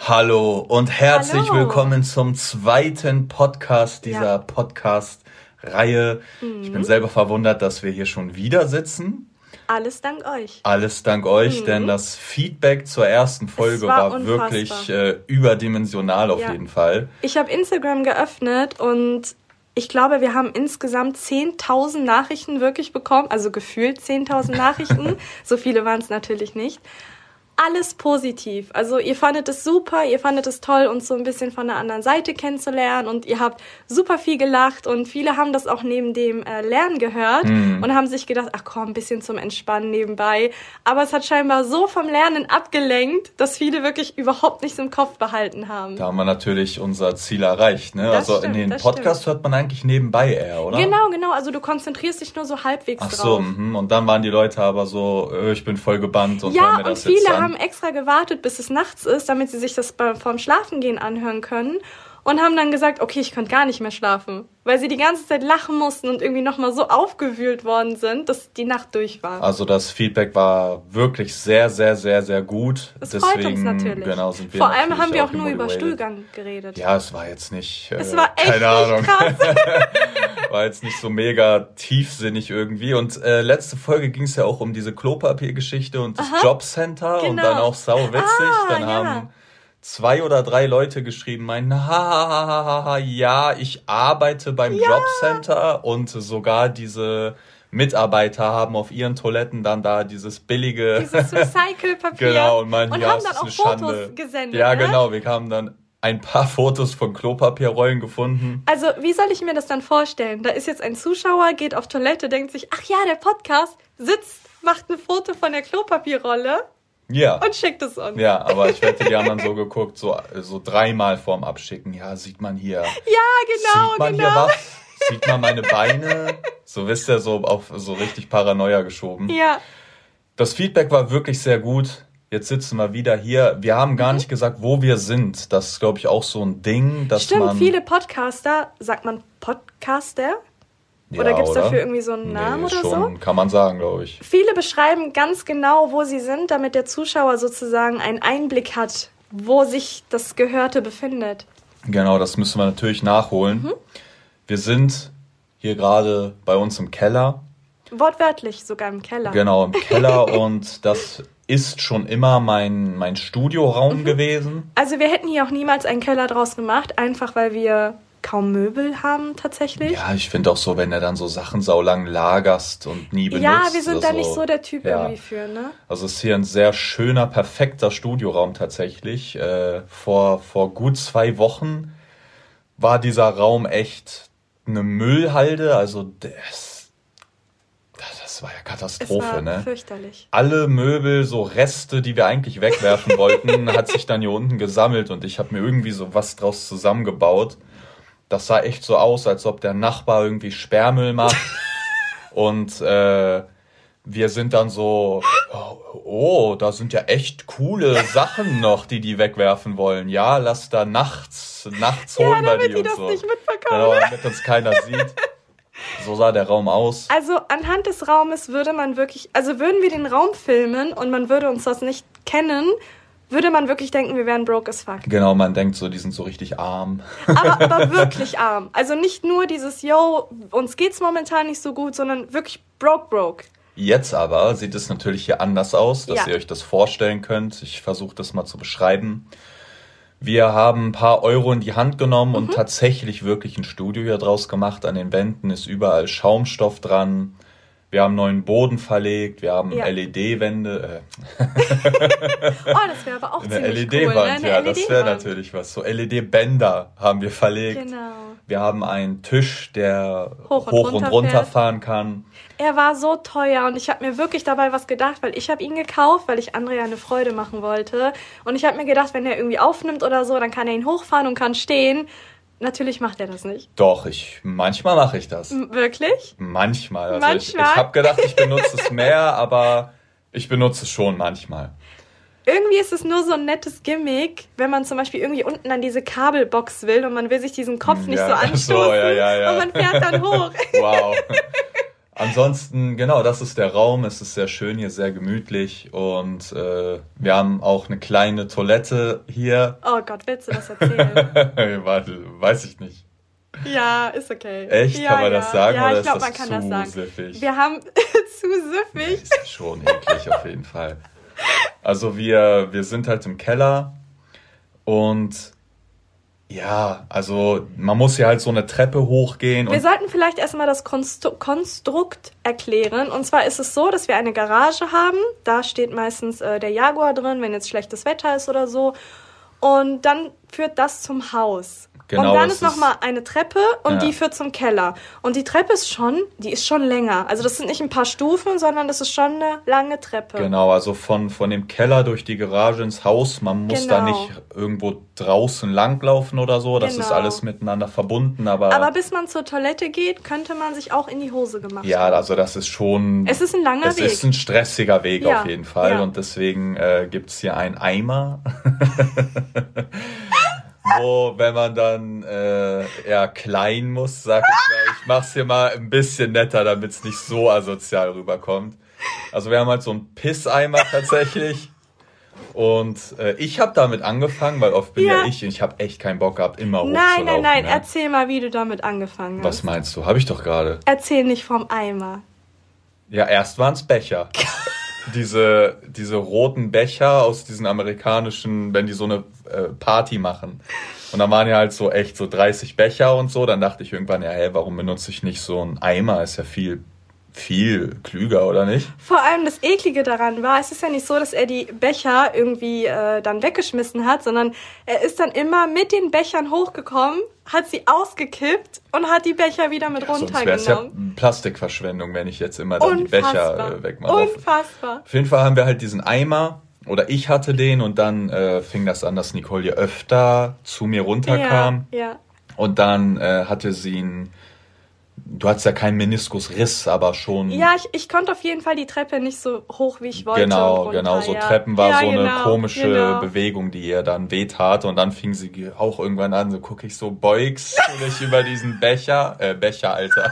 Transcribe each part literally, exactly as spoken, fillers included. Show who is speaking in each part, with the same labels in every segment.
Speaker 1: Hallo und herzlich
Speaker 2: Hallo.
Speaker 1: willkommen zum zweiten Podcast dieser
Speaker 2: Ja.
Speaker 1: Podcast-Reihe.
Speaker 2: Mhm.
Speaker 1: Ich bin selber verwundert, dass wir hier schon wieder sitzen.
Speaker 2: Alles dank euch.
Speaker 1: Alles dank euch,
Speaker 2: Mhm.
Speaker 1: denn das Feedback zur ersten Folge
Speaker 2: war
Speaker 1: war,
Speaker 2: unfassbar.
Speaker 1: wirklich äh, überdimensional auf
Speaker 2: Ja.
Speaker 1: jeden Fall.
Speaker 2: Ich habe Instagram geöffnet und ich glaube, wir haben insgesamt zehntausend Nachrichten wirklich bekommen. Also gefühlt zehntausend Nachrichten. So viele waren es natürlich nicht. Alles positiv. Also ihr fandet es super, ihr fandet es toll, uns so ein bisschen von der anderen Seite kennenzulernen und ihr habt super viel gelacht und viele haben das auch neben dem äh, Lernen gehört
Speaker 1: Mhm.
Speaker 2: und haben sich gedacht, ach komm, ein bisschen zum Entspannen nebenbei. Aber es hat scheinbar so vom Lernen abgelenkt, dass viele wirklich überhaupt nichts im Kopf behalten haben.
Speaker 1: Da haben wir natürlich unser Ziel erreicht. Ne?
Speaker 2: Das
Speaker 1: Also
Speaker 2: stimmt,
Speaker 1: in den
Speaker 2: das
Speaker 1: Podcast hört man eigentlich nebenbei eher, oder?
Speaker 2: Genau, genau. Also du konzentrierst dich nur so halbwegs
Speaker 1: Ach so,
Speaker 2: drauf.
Speaker 1: mhm. Und dann waren die Leute aber so, äh, ich bin voll gebannt und hören
Speaker 2: Ja,
Speaker 1: mir
Speaker 2: und
Speaker 1: das jetzt
Speaker 2: viele
Speaker 1: an.
Speaker 2: haben extra gewartet, bis es nachts ist, damit sie sich das beim, vorm Schlafengehen anhören können und haben dann gesagt, okay, ich konnte gar nicht mehr schlafen, weil sie die ganze Zeit lachen mussten und irgendwie nochmal so aufgewühlt worden sind, dass die Nacht durch war.
Speaker 1: Also das Feedback war wirklich sehr, sehr, sehr, sehr gut.
Speaker 2: Das freut uns
Speaker 1: Deswegen,
Speaker 2: natürlich.
Speaker 1: Genau, sind wir
Speaker 2: Vor allem
Speaker 1: natürlich
Speaker 2: haben wir auch nur
Speaker 1: emotivated.
Speaker 2: über Stuhlgang geredet.
Speaker 1: Ja, es war jetzt nicht, äh,
Speaker 2: Es war echt
Speaker 1: keine
Speaker 2: nicht
Speaker 1: Ahnung,
Speaker 2: krass.
Speaker 1: war jetzt nicht so mega tiefsinnig irgendwie. Und äh, letzte Folge ging es ja auch um diese Klopapiergeschichte und das
Speaker 2: Aha.
Speaker 1: Jobcenter und
Speaker 2: Genau.
Speaker 1: dann auch sau witzig.
Speaker 2: Ah,
Speaker 1: dann
Speaker 2: ja.
Speaker 1: haben zwei oder drei Leute geschrieben, meinen, ha, ha, ha, ha, ha, ha, ja, ich arbeite beim Jobcenter und sogar diese Mitarbeiter haben auf ihren Toiletten dann da dieses billige
Speaker 2: Dieses Recycle-Papier.
Speaker 1: genau und meinen,
Speaker 2: und
Speaker 1: ja,
Speaker 2: haben
Speaker 1: es
Speaker 2: dann
Speaker 1: ist
Speaker 2: auch
Speaker 1: eine
Speaker 2: Fotos
Speaker 1: Schande.
Speaker 2: gesendet.
Speaker 1: Ja,
Speaker 2: ne?
Speaker 1: genau, wir haben dann ein paar Fotos von Klopapierrollen gefunden.
Speaker 2: Also, wie soll ich mir das dann vorstellen? Da ist jetzt ein Zuschauer, geht auf Toilette, denkt sich, ach ja, der Podcast, sitzt, macht ein Foto von der Klopapierrolle
Speaker 1: Ja.
Speaker 2: und schickt es uns.
Speaker 1: Ja, aber ich wette, die haben dann so geguckt, so, so dreimal vorm Abschicken. Ja, sieht man hier.
Speaker 2: Ja, genau,
Speaker 1: Sieht man
Speaker 2: genau.
Speaker 1: hier was? Sieht man meine Beine? So wisst ihr, so auf so richtig Paranoia geschoben.
Speaker 2: Ja,
Speaker 1: Das Feedback war wirklich sehr gut. Jetzt sitzen wir wieder hier. Wir haben gar
Speaker 2: Mhm.
Speaker 1: nicht gesagt, wo wir sind. Das ist, glaube ich, auch so ein Ding, dass
Speaker 2: stimmt,
Speaker 1: man...
Speaker 2: viele Podcaster, sagt man Podcaster?
Speaker 1: Ja,
Speaker 2: Oder gibt's
Speaker 1: oder?
Speaker 2: dafür irgendwie so einen Namen
Speaker 1: nee,
Speaker 2: oder
Speaker 1: schon, kann man sagen, glaube ich.
Speaker 2: Viele beschreiben ganz genau, wo sie sind, damit der Zuschauer sozusagen einen Einblick hat, wo sich das Gehörte befindet.
Speaker 1: Genau, das müssen wir natürlich nachholen.
Speaker 2: Mhm.
Speaker 1: Wir sind hier gerade bei uns im Keller.
Speaker 2: Wortwörtlich sogar im Keller.
Speaker 1: Genau, im Keller und das ist schon immer mein, mein Studioraum
Speaker 2: Mhm.
Speaker 1: gewesen.
Speaker 2: Also wir hätten hier auch niemals einen Keller draus gemacht, einfach weil wir kaum Möbel haben tatsächlich.
Speaker 1: Ja, ich finde auch so, wenn du dann so Sachen saulang lagerst und nie benutzt.
Speaker 2: Ja, wir sind
Speaker 1: also,
Speaker 2: da nicht so der Typ
Speaker 1: ja.
Speaker 2: irgendwie für, ne?
Speaker 1: Also es ist hier ein sehr schöner, perfekter Studioraum tatsächlich. Äh, vor, vor gut zwei Wochen war dieser Raum echt eine Müllhalde. Also das, das war ja
Speaker 2: Es
Speaker 1: Katastrophe,
Speaker 2: war
Speaker 1: ne?
Speaker 2: fürchterlich.
Speaker 1: Alle Möbel, so Reste, die wir eigentlich wegwerfen wollten, hat sich dann hier unten gesammelt und ich habe mir irgendwie so was draus zusammengebaut. Das sah echt so aus, als ob der Nachbar irgendwie Sperrmüll macht. Und äh, wir sind dann so, oh, oh, da sind ja echt coole Sachen noch, die die wegwerfen wollen. Ja, lass da nachts, nachts
Speaker 2: Ja,
Speaker 1: holen wir
Speaker 2: damit
Speaker 1: die
Speaker 2: die
Speaker 1: und
Speaker 2: das
Speaker 1: so.
Speaker 2: nicht mitbekommen.
Speaker 1: Genau, damit uns keiner sieht. So sah der Raum aus.
Speaker 2: Also anhand des Raumes würde man wirklich, also würden wir den Raum filmen und man würde uns das nicht kennen, würde man wirklich denken, wir wären broke as fuck.
Speaker 1: Genau, man denkt so, die sind so richtig arm.
Speaker 2: Aber, aber wirklich arm. Also nicht nur dieses, yo, uns geht's momentan nicht so gut, sondern wirklich broke, broke.
Speaker 1: Jetzt aber sieht es natürlich hier anders aus, dass
Speaker 2: Ja.
Speaker 1: ihr euch das vorstellen könnt. Ich versuche das mal zu beschreiben. Wir haben ein paar Euro in die Hand genommen
Speaker 2: Mhm.
Speaker 1: und tatsächlich wirklich ein Studio hier draus gemacht. An den Wänden ist überall Schaumstoff dran. Wir haben neuen Boden verlegt, wir haben
Speaker 2: Ja.
Speaker 1: L E D-Wände, äh,
Speaker 2: Oh, das wäre aber auch
Speaker 1: eine
Speaker 2: ziemlich
Speaker 1: L E D-Wand,
Speaker 2: cool, ne? Eine
Speaker 1: ja, das wäre
Speaker 2: L E D-Wand.
Speaker 1: natürlich was. So L E D-Bänder haben wir verlegt.
Speaker 2: Genau.
Speaker 1: Wir haben einen Tisch, der
Speaker 2: Hoch
Speaker 1: hoch
Speaker 2: und
Speaker 1: und,
Speaker 2: runter
Speaker 1: runter
Speaker 2: fährt.
Speaker 1: fahren kann.
Speaker 2: Er war so teuer und ich habe mir wirklich dabei was gedacht, weil ich habe ihn gekauft, weil ich Andrea eine Freude machen wollte. Und ich habe mir gedacht, wenn er irgendwie aufnimmt oder so, dann kann er ihn hochfahren und kann stehen. Natürlich macht er das nicht.
Speaker 1: Doch, ich manchmal mache ich das.
Speaker 2: M- Wirklich?
Speaker 1: Manchmal. Also ich, ich
Speaker 2: Manchmal?
Speaker 1: habe gedacht, ich benutze es mehr, aber ich benutze es schon manchmal.
Speaker 2: Irgendwie ist es nur so ein nettes Gimmick, wenn man zum Beispiel irgendwie unten an diese Kabelbox will und man will sich diesen Kopf nicht
Speaker 1: Ja,
Speaker 2: so
Speaker 1: ach so,
Speaker 2: anstoßen
Speaker 1: ja, ja, ja.
Speaker 2: und man fährt dann hoch.
Speaker 1: Wow. Ansonsten, genau, das ist der Raum. Es ist sehr schön hier, sehr gemütlich. Und äh, wir haben auch eine kleine Toilette hier.
Speaker 2: Oh Gott, willst du das erzählen?
Speaker 1: Warte, weiß ich nicht.
Speaker 2: Ja, ist okay.
Speaker 1: Echt?
Speaker 2: Ja,
Speaker 1: kann man
Speaker 2: ja.
Speaker 1: das sagen
Speaker 2: ja,
Speaker 1: oder
Speaker 2: ich glaub,
Speaker 1: ist das
Speaker 2: man kann
Speaker 1: zu
Speaker 2: das sagen.
Speaker 1: süffig?
Speaker 2: Wir haben zu süffig.
Speaker 1: Nee, ist schon eklig auf jeden Fall. Also wir, wir sind halt im Keller und ja, also man muss hier halt so eine Treppe hochgehen.
Speaker 2: Wir
Speaker 1: und
Speaker 2: sollten vielleicht erstmal das Konstru- Konstrukt erklären. Und zwar ist es so, dass wir eine Garage haben. Da steht meistens äh, der Jaguar drin, wenn jetzt schlechtes Wetter ist oder so. Und dann führt das zum Haus.
Speaker 1: Genau,
Speaker 2: und dann
Speaker 1: es
Speaker 2: ist nochmal eine Treppe und
Speaker 1: Ja.
Speaker 2: die führt zum Keller. Und die Treppe ist schon, die ist schon länger. Also das sind nicht ein paar Stufen, sondern das ist schon eine lange Treppe.
Speaker 1: Genau, also von, von dem Keller durch die Garage ins Haus. Man muss da
Speaker 2: Genau.
Speaker 1: nicht irgendwo draußen langlaufen oder so. Das ist
Speaker 2: Genau.
Speaker 1: alles miteinander verbunden. Aber,
Speaker 2: Aber bis man zur Toilette geht, könnte man sich auch in die Hose gemacht
Speaker 1: ja,
Speaker 2: haben.
Speaker 1: also das ist schon...
Speaker 2: Es ist ein langer
Speaker 1: Es
Speaker 2: Weg.
Speaker 1: ist ein stressiger Weg
Speaker 2: Ja,
Speaker 1: auf jeden Fall.
Speaker 2: ja.
Speaker 1: Und deswegen äh, gibt es hier einen Eimer. Wo, wenn man dann äh, eher klein muss, sag ich mal, ich mach's hier mal ein bisschen netter, damit es nicht so asozial rüberkommt. Also wir haben halt so einen Pisseimer tatsächlich. Und äh, ich habe damit angefangen, weil oft bin ja,
Speaker 2: Ja.
Speaker 1: ich und ich habe echt keinen Bock gehabt, immer
Speaker 2: Nein,
Speaker 1: hochzulaufen.
Speaker 2: nein, nein,
Speaker 1: ne?
Speaker 2: erzähl mal, wie du damit angefangen hast.
Speaker 1: Was meinst du? Habe ich doch gerade.
Speaker 2: Erzähl nicht vom Eimer.
Speaker 1: Ja, erst waren's Becher. diese, diese roten Becher aus diesen amerikanischen, wenn die so eine äh, Party machen. Und dann waren ja halt so echt so dreißig Becher und so. Dann dachte ich irgendwann, ja, hey, warum benutze ich nicht so einen Eimer? Ist ja viel, viel klüger, oder nicht?
Speaker 2: Vor allem das Eklige daran war, es ist ja nicht so, dass er die Becher irgendwie äh, dann weggeschmissen hat, sondern er ist dann immer mit den Bechern hochgekommen, hat sie ausgekippt und hat die Becher wieder mit
Speaker 1: Sonst wäre es ja
Speaker 2: runtergenommen.
Speaker 1: Plastikverschwendung, wenn ich jetzt immer dann die
Speaker 2: Unfassbar.
Speaker 1: Becher äh, wegmache.
Speaker 2: Unfassbar.
Speaker 1: Auf jeden Fall haben wir halt diesen Eimer, oder ich hatte den und dann äh, fing das an, dass Nicole hier öfter zu mir runterkam.
Speaker 2: Ja, ja.
Speaker 1: Und dann äh, hatte sie einen, du hattest ja keinen Meniskusriss, aber schon...
Speaker 2: Ja, ich, ich konnte auf jeden Fall die Treppe nicht so hoch, wie ich wollte.
Speaker 1: Genau,
Speaker 2: und runter,
Speaker 1: genau, so
Speaker 2: ja.
Speaker 1: Treppen war
Speaker 2: ja,
Speaker 1: so eine
Speaker 2: genau,
Speaker 1: komische
Speaker 2: genau.
Speaker 1: Bewegung, die ihr dann wehtat und dann fing sie auch irgendwann an, so gucke ich so, beugst du dich über diesen Becher, äh, Becher, Alter,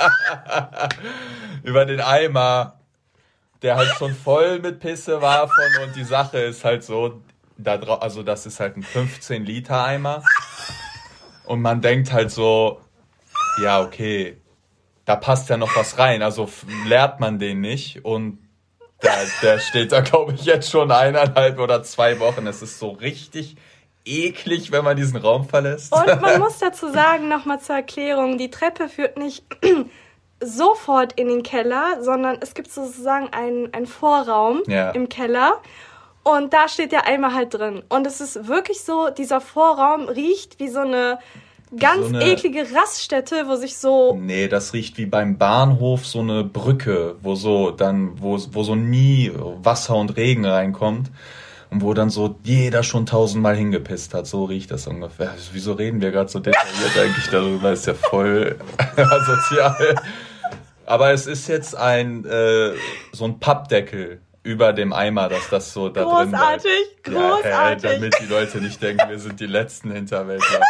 Speaker 1: über den Eimer, der halt schon voll mit Pisse war von und die Sache ist halt so, da drauf, also das ist halt ein fünfzehn Liter Eimer und man denkt halt so, ja, okay, da passt ja noch was rein, also f- leert man den nicht und der, der steht da, glaube ich, jetzt schon eineinhalb oder zwei Wochen. Es ist so richtig eklig, wenn man diesen Raum verlässt.
Speaker 2: Und man muss dazu sagen, nochmal zur Erklärung, die Treppe führt nicht sofort in den Keller, sondern es gibt sozusagen einen, einen Vorraum
Speaker 1: Ja.
Speaker 2: im Keller und da steht der Eimer halt drin. Und es ist wirklich so, dieser Vorraum riecht wie so eine ganz
Speaker 1: So eine-
Speaker 2: eklige Raststätte, wo sich so...
Speaker 1: Nee, das riecht wie beim Bahnhof so eine Brücke, wo so dann, wo, wo so nie Wasser und Regen reinkommt und wo dann so jeder schon tausendmal hingepisst hat. So riecht das ungefähr. Also, wieso reden wir gerade so detailliert eigentlich darüber? Ist ja voll asozial. Aber es ist jetzt ein äh, so ein Pappdeckel über dem Eimer, dass das so da drin bleibt.
Speaker 2: Großartig, großartig.
Speaker 1: Ja, äh, damit die Leute nicht denken, wir sind die letzten Hinterwäldler.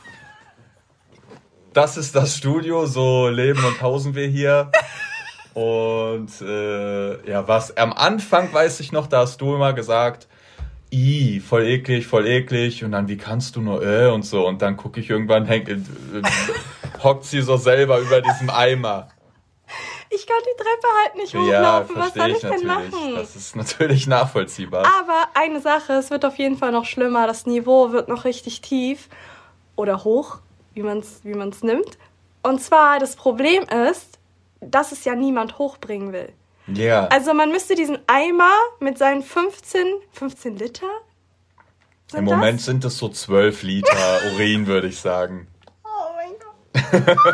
Speaker 1: Das ist das Studio, so leben und hausen wir hier. Und äh, ja, was am Anfang weiß ich noch, da hast du immer gesagt, i, voll eklig, voll eklig. Und dann, wie kannst du nur, äh, und so. Und dann gucke ich irgendwann, häng, äh, äh, hockt sie so selber über diesem Eimer.
Speaker 2: Ich kann die Treppe halt nicht
Speaker 1: Ja,
Speaker 2: hochlaufen. Was
Speaker 1: verstehe
Speaker 2: soll
Speaker 1: ich
Speaker 2: ich denn
Speaker 1: natürlich.
Speaker 2: machen?
Speaker 1: Das ist natürlich nachvollziehbar.
Speaker 2: Aber eine Sache, es wird auf jeden Fall noch schlimmer. Das Niveau wird noch richtig tief oder hoch, wie man es wie man's nimmt. Und zwar, das Problem ist, dass es ja niemand hochbringen will.
Speaker 1: Ja.
Speaker 2: Also man müsste diesen Eimer mit seinen fünfzehn, fünfzehn Liter? Sind
Speaker 1: Im
Speaker 2: das?
Speaker 1: Moment sind es so zwölf Liter Urin, würde ich sagen.
Speaker 2: Oh mein Gott.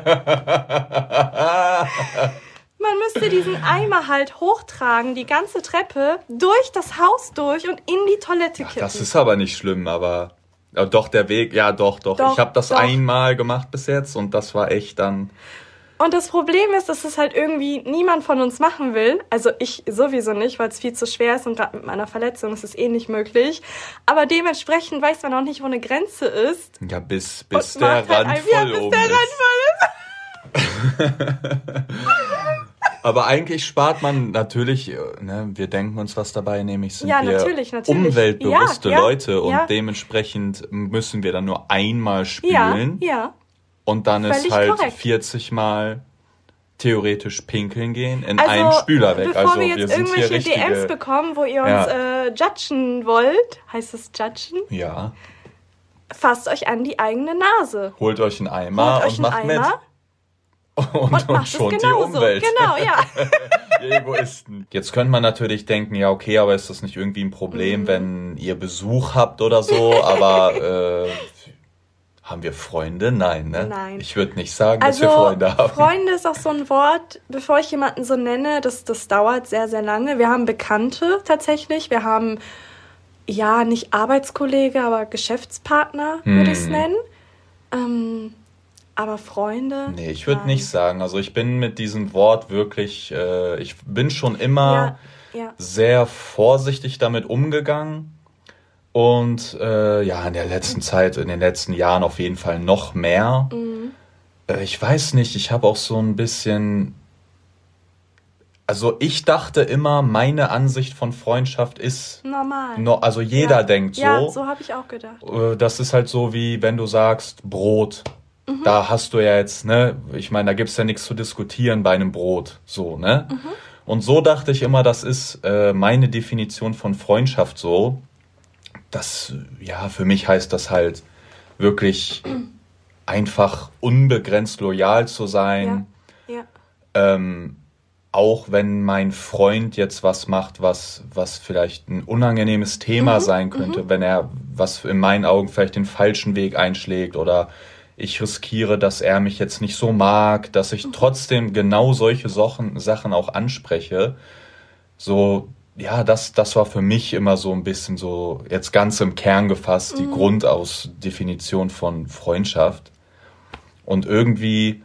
Speaker 2: Man müsste diesen Eimer halt hochtragen, die ganze Treppe, durch das Haus durch und in die Toilette kippen.
Speaker 1: Das ist aber nicht schlimm, aber ja, doch der Weg, ja doch, doch.
Speaker 2: Doch,
Speaker 1: ich habe das
Speaker 2: doch.
Speaker 1: einmal gemacht bis jetzt und das war echt dann...
Speaker 2: Und das Problem ist, dass es halt irgendwie niemand von uns machen will. Also ich sowieso nicht, weil es viel zu schwer ist und gerade mit meiner Verletzung ist es eh nicht möglich. Aber dementsprechend weiß man auch nicht, wo eine Grenze ist.
Speaker 1: Ja, bis, bis
Speaker 2: Und
Speaker 1: der
Speaker 2: macht halt
Speaker 1: Rand
Speaker 2: ein- ja,
Speaker 1: voll
Speaker 2: bis
Speaker 1: oben
Speaker 2: der
Speaker 1: ist.
Speaker 2: Rand voll ist.
Speaker 1: Aber eigentlich spart man natürlich, ne, wir denken uns was dabei, nämlich sind
Speaker 2: ja,
Speaker 1: wir
Speaker 2: natürlich, natürlich.
Speaker 1: umweltbewusste
Speaker 2: ja, ja,
Speaker 1: Leute und
Speaker 2: ja.
Speaker 1: dementsprechend müssen wir dann nur einmal spülen.
Speaker 2: Ja, ja.
Speaker 1: Und dann
Speaker 2: Völlig
Speaker 1: ist halt
Speaker 2: korrekt.
Speaker 1: vierzig Mal theoretisch pinkeln gehen in
Speaker 2: Also,
Speaker 1: einem Spüler weg.
Speaker 2: Bevor
Speaker 1: Also
Speaker 2: wir jetzt
Speaker 1: wir sind hier
Speaker 2: irgendwelche
Speaker 1: richtige...
Speaker 2: D Ms bekommen, wo ihr uns
Speaker 1: Ja.
Speaker 2: äh, judgen wollt, heißt es judgen?
Speaker 1: Ja,
Speaker 2: Fasst euch an die eigene Nase.
Speaker 1: holt euch einen Eimer
Speaker 2: Holt euch
Speaker 1: und
Speaker 2: einen
Speaker 1: macht
Speaker 2: Eimer
Speaker 1: mit. Und, und,
Speaker 2: macht es
Speaker 1: schont die
Speaker 2: genauso.
Speaker 1: Umwelt.
Speaker 2: Genau, ja.
Speaker 1: Die Egoisten. Jetzt könnte man natürlich denken, ja okay, aber ist das nicht irgendwie ein Problem,
Speaker 2: Mhm.
Speaker 1: wenn ihr Besuch habt oder so, aber äh, haben wir Freunde? Nein, ne?
Speaker 2: Nein.
Speaker 1: Ich würde nicht sagen,
Speaker 2: Also,
Speaker 1: dass wir Freunde haben.
Speaker 2: Freunde ist auch so ein Wort, bevor ich jemanden so nenne, das, das dauert sehr, sehr lange. Wir haben Bekannte tatsächlich. Wir haben, ja, nicht Arbeitskollege, aber Geschäftspartner, würde ich es
Speaker 1: Hm.
Speaker 2: nennen. Ähm, aber Freunde?
Speaker 1: Nee, ich würde
Speaker 2: nein.
Speaker 1: nicht sagen. Also ich bin mit diesem Wort wirklich, äh, ich bin schon immer
Speaker 2: Ja, ja.
Speaker 1: sehr vorsichtig damit umgegangen. Und äh, ja, in der letzten Zeit, in den letzten Jahren auf jeden Fall noch mehr.
Speaker 2: Mhm.
Speaker 1: Äh, ich weiß nicht, ich habe auch so ein bisschen... Also ich dachte immer, meine Ansicht von Freundschaft ist...
Speaker 2: Normal.
Speaker 1: No, also jeder
Speaker 2: ja.
Speaker 1: denkt so.
Speaker 2: Ja, so habe ich auch gedacht.
Speaker 1: Äh, Das ist halt so, wie wenn du sagst, Brot. Da hast du ja jetzt, ne, ich meine, da gibt's ja nichts zu diskutieren bei einem Brot, so, ne? Und so dachte ich immer, das ist äh, meine Definition von Freundschaft so. Das, ja, für mich heißt das halt wirklich einfach unbegrenzt loyal zu sein.
Speaker 2: Ja, ja.
Speaker 1: Ähm, auch wenn mein Freund jetzt was macht, was, was vielleicht ein unangenehmes Thema sein könnte, wenn er was in meinen Augen vielleicht den falschen Weg einschlägt oder ich riskiere, dass er mich jetzt nicht so mag, dass ich trotzdem genau solche Sachen, Sachen auch anspreche. So, ja, das, das war für mich immer so ein bisschen so, jetzt ganz im Kern gefasst, die Grundausdefinition von Freundschaft. Und irgendwie,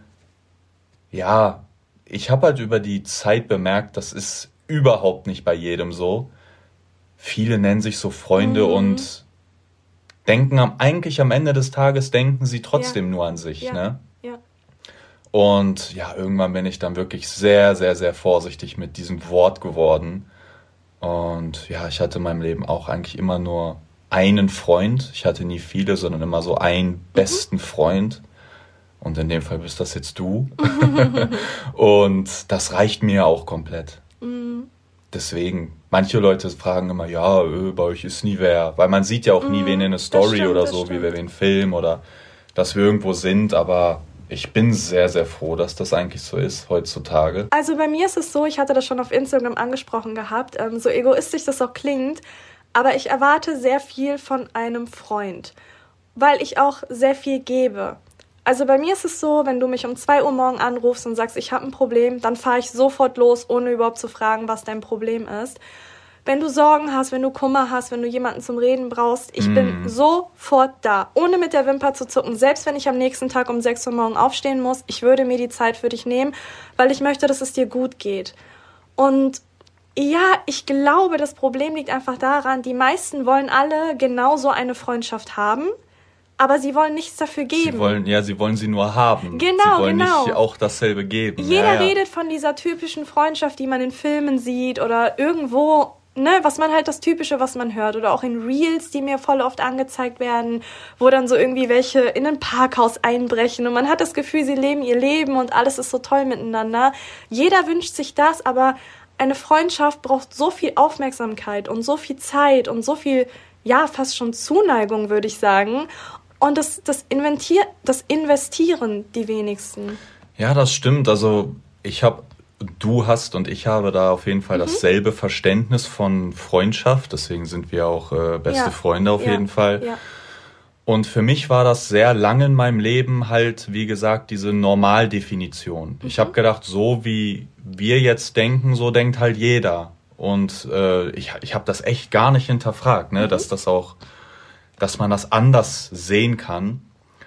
Speaker 1: ja, ich habe halt über die Zeit bemerkt, das ist überhaupt nicht bei jedem so. Viele nennen sich so Freunde und denken am, eigentlich am Ende des Tages denken sie trotzdem
Speaker 2: Ja.
Speaker 1: nur an sich,
Speaker 2: Ja.
Speaker 1: ne?
Speaker 2: Ja.
Speaker 1: Und ja, irgendwann bin ich dann wirklich sehr, sehr, sehr vorsichtig mit diesem Wort geworden. Und ja, ich hatte in meinem Leben auch eigentlich immer nur einen Freund. Ich hatte nie viele, sondern immer so einen besten Freund. Und in dem Fall bist das jetzt du. Und das reicht mir auch komplett. Deswegen, manche Leute fragen immer, ja, äh, bei euch ist nie wer. Weil man sieht ja auch nie wen in einer Story
Speaker 2: stimmt,
Speaker 1: oder
Speaker 2: das
Speaker 1: so, wie
Speaker 2: stimmt.
Speaker 1: wir wen filmen oder dass wir irgendwo sind. Aber ich bin sehr, sehr froh, dass das eigentlich so ist heutzutage.
Speaker 2: Also bei mir ist es so, ich hatte das schon auf Instagram angesprochen gehabt, ähm, so egoistisch das auch klingt, aber ich erwarte sehr viel von einem Freund, weil ich auch sehr viel gebe. Also bei mir ist es so, wenn du mich um zwei Uhr morgen anrufst und sagst, ich habe ein Problem, dann fahre ich sofort los, ohne überhaupt zu fragen, was dein Problem ist. Wenn du Sorgen hast, wenn du Kummer hast, wenn du jemanden zum Reden brauchst, ich bin sofort da, ohne mit der Wimper zu zucken. Selbst wenn ich am nächsten Tag um sechs Uhr morgen aufstehen muss, ich würde mir die Zeit für dich nehmen, weil ich möchte, dass es dir gut geht. Und ja, ich glaube, das Problem liegt einfach daran, die meisten wollen alle genau so eine Freundschaft haben, aber sie wollen nichts dafür geben.
Speaker 1: Sie wollen, ja, sie wollen sie nur haben.
Speaker 2: Genau,
Speaker 1: sie wollen
Speaker 2: genau.
Speaker 1: nicht auch dasselbe geben.
Speaker 2: Jeder
Speaker 1: ja, ja.
Speaker 2: redet von dieser typischen Freundschaft, die man in Filmen sieht oder irgendwo, ne, was man halt das Typische, was man hört. Oder auch in Reels, die mir voll oft angezeigt werden, wo dann so irgendwie welche in ein Parkhaus einbrechen und man hat das Gefühl, sie leben ihr Leben und alles ist so toll miteinander. Jeder wünscht sich das, aber eine Freundschaft braucht so viel Aufmerksamkeit und so viel Zeit und so viel, ja, fast schon Zuneigung, würde ich sagen. Und das, das, Inventier, das investieren die wenigsten.
Speaker 1: Ja, das stimmt. Also ich habe, du hast und ich habe da auf jeden Fall dasselbe Verständnis von Freundschaft. Deswegen sind wir auch äh, beste
Speaker 2: Ja.
Speaker 1: Freunde auf
Speaker 2: Ja.
Speaker 1: jeden Fall.
Speaker 2: Ja.
Speaker 1: Und für mich war das sehr lange in meinem Leben halt, wie gesagt, diese Normaldefinition. Ich habe gedacht, so wie wir jetzt denken, so denkt halt jeder. Und äh, ich, ich habe das echt gar nicht hinterfragt, ne, dass das auch, dass man das anders sehen kann.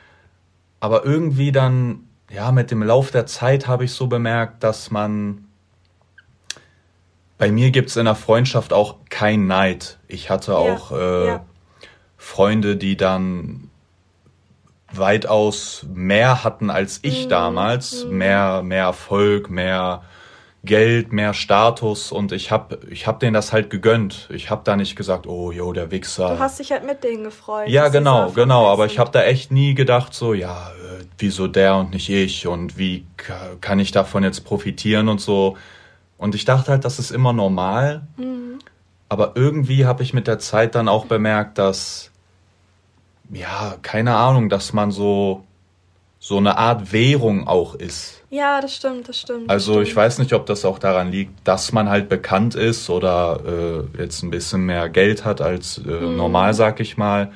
Speaker 1: Aber irgendwie dann, ja, mit dem Lauf der Zeit habe ich so bemerkt, dass man, bei mir gibt's in der Freundschaft auch kein Neid. Ich hatte
Speaker 2: Ja,
Speaker 1: auch äh,
Speaker 2: ja.
Speaker 1: Freunde, die dann weitaus mehr hatten als ich damals. Mehr, mehr Erfolg, mehr Geld, mehr Status und ich hab, ich hab denen das halt gegönnt. Ich hab da nicht gesagt, oh, jo, der Wichser.
Speaker 2: Du hast dich halt mit denen gefreut.
Speaker 1: Ja, genau, genau, aber ich hab da echt nie gedacht so, ja, äh, wieso der und nicht ich und wie k- kann ich davon jetzt profitieren und so. Und ich dachte halt, das ist immer normal,
Speaker 2: Mhm.
Speaker 1: aber irgendwie habe ich mit der Zeit dann auch bemerkt, dass, ja, keine Ahnung, dass man so, so eine Art Währung auch ist.
Speaker 2: Ja, das stimmt, das stimmt.
Speaker 1: Also
Speaker 2: das
Speaker 1: ich
Speaker 2: stimmt.
Speaker 1: weiß nicht, ob das auch daran liegt, dass man halt bekannt ist oder äh, jetzt ein bisschen mehr Geld hat als äh,
Speaker 2: Mhm.
Speaker 1: normal, sag ich mal.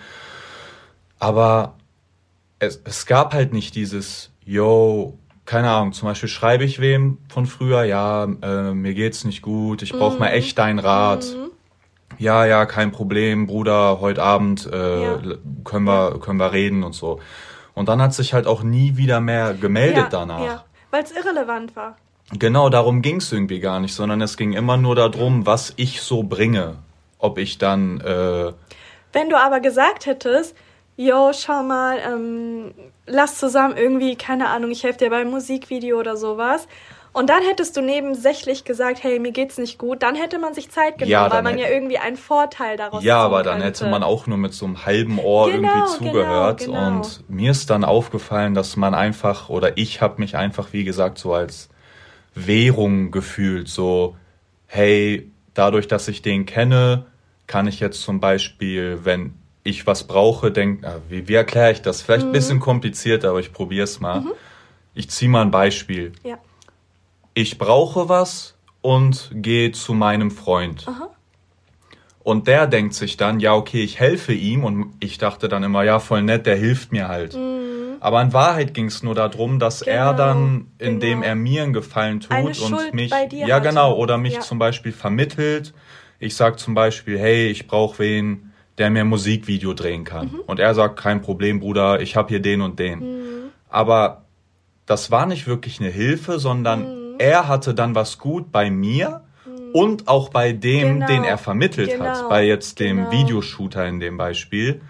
Speaker 1: Aber es, es gab halt nicht dieses, yo, keine Ahnung, zum Beispiel schreibe ich wem von früher, ja, äh, mir geht's nicht gut, ich brauche mal
Speaker 2: Mhm.
Speaker 1: echt deinen Rat.
Speaker 2: Mhm.
Speaker 1: Ja, ja, kein Problem, Bruder, heute Abend äh,
Speaker 2: Ja.
Speaker 1: l- können wir, können wir reden und so. Und dann hat sich halt auch nie wieder mehr gemeldet
Speaker 2: Ja,
Speaker 1: danach.
Speaker 2: ja, weil es irrelevant war.
Speaker 1: Genau, darum ging's irgendwie gar nicht, sondern es ging immer nur darum, was ich so bringe. Ob ich dann, äh,
Speaker 2: Wenn du aber gesagt hättest, yo, schau mal, ähm, lass zusammen irgendwie, keine Ahnung, ich helfe dir beim Musikvideo oder sowas. Und dann hättest du nebensächlich gesagt, hey, mir geht's nicht gut, dann hätte man sich Zeit genommen,
Speaker 1: Ja,
Speaker 2: weil
Speaker 1: dann
Speaker 2: man ja
Speaker 1: hätte-
Speaker 2: irgendwie einen Vorteil daraus
Speaker 1: ja,
Speaker 2: ziehen
Speaker 1: aber dann
Speaker 2: könnte.
Speaker 1: hätte man auch nur mit so einem halben Ohr
Speaker 2: Genau,
Speaker 1: irgendwie zugehört.
Speaker 2: genau, genau.
Speaker 1: Und mir ist dann aufgefallen, dass man einfach, oder ich habe mich einfach, wie gesagt, so als Währung gefühlt. So, hey, dadurch, dass ich den kenne, kann ich jetzt zum Beispiel, wenn ich was brauche, denken, ah, wie, wie erkläre ich das? Vielleicht ein bisschen kompliziert, aber ich probiere es mal. Ich ziehe mal ein Beispiel.
Speaker 2: Ja.
Speaker 1: Ich brauche was und gehe zu meinem Freund.
Speaker 2: Aha.
Speaker 1: Und der denkt sich dann, ja, okay, ich helfe ihm. Und ich dachte dann immer, ja, voll nett, der hilft mir halt. Aber in Wahrheit ging es nur darum, dass er
Speaker 2: Genau,
Speaker 1: dann, indem
Speaker 2: genau.
Speaker 1: er mir einen Gefallen tut
Speaker 2: Eine
Speaker 1: und
Speaker 2: Schuld
Speaker 1: mich,
Speaker 2: bei dir
Speaker 1: ja
Speaker 2: hatte.
Speaker 1: genau, oder mich
Speaker 2: Ja.
Speaker 1: zum Beispiel vermittelt. Ich sag zum Beispiel, hey, ich brauche wen, der mir ein Musikvideo drehen kann.
Speaker 2: Mhm.
Speaker 1: Und er sagt, kein Problem, Bruder, ich habe hier den und den.
Speaker 2: Mhm.
Speaker 1: Aber das war nicht wirklich eine Hilfe, sondern
Speaker 2: Mhm.
Speaker 1: er hatte dann was gut bei mir und auch bei dem,
Speaker 2: Genau,
Speaker 1: den er vermittelt
Speaker 2: genau,
Speaker 1: hat, bei jetzt dem
Speaker 2: genau.
Speaker 1: Videoshooter in dem Beispiel.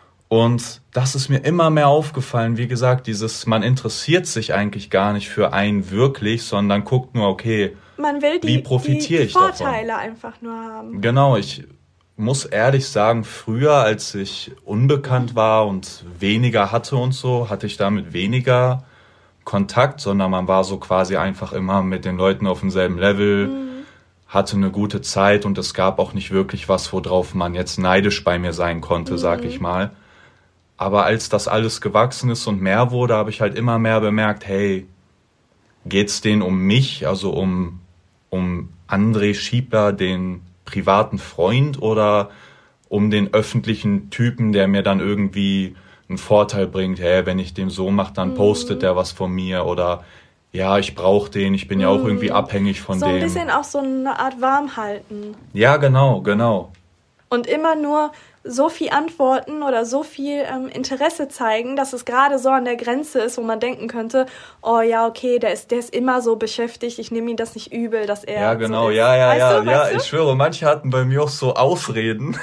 Speaker 1: Und das ist mir immer mehr aufgefallen. Wie gesagt, dieses, man interessiert sich eigentlich gar nicht für einen wirklich, sondern guckt nur, okay,
Speaker 2: Man will die,
Speaker 1: Wie profitiere
Speaker 2: die, die
Speaker 1: ich davon?
Speaker 2: Vorteile einfach nur haben.
Speaker 1: genau, ich muss ehrlich sagen, früher, als ich unbekannt war und weniger hatte und so, hatte ich damit weniger Kontakt, sondern man war so quasi einfach immer mit den Leuten auf demselben Level, hatte eine gute Zeit und es gab auch nicht wirklich was, worauf man jetzt neidisch bei mir sein konnte, sag ich mal. Aber als das alles gewachsen ist und mehr wurde, habe ich halt immer mehr bemerkt, hey, geht's denen um mich, also um, um André Schiebler, den privaten Freund, oder um den öffentlichen Typen, der mir dann irgendwie einen Vorteil bringt, hey, wenn ich den so mache, dann postet der was von mir, oder ja, ich brauche den, ich bin ja auch irgendwie abhängig von
Speaker 2: So ein
Speaker 1: dem.
Speaker 2: bisschen auch so eine Art Warmhalten.
Speaker 1: Ja, genau, genau.
Speaker 2: Und immer nur so viel antworten oder so viel ähm, Interesse zeigen, dass es gerade so an der Grenze ist, wo man denken könnte, oh ja, okay, der ist, der ist immer so beschäftigt, ich nehme ihm das nicht übel, dass er
Speaker 1: Ja, genau,
Speaker 2: so ist.
Speaker 1: ja, ja,
Speaker 2: weißt
Speaker 1: ja,
Speaker 2: du,
Speaker 1: ja,
Speaker 2: weißt du?
Speaker 1: ich schwöre, manche hatten bei mir auch so Ausreden,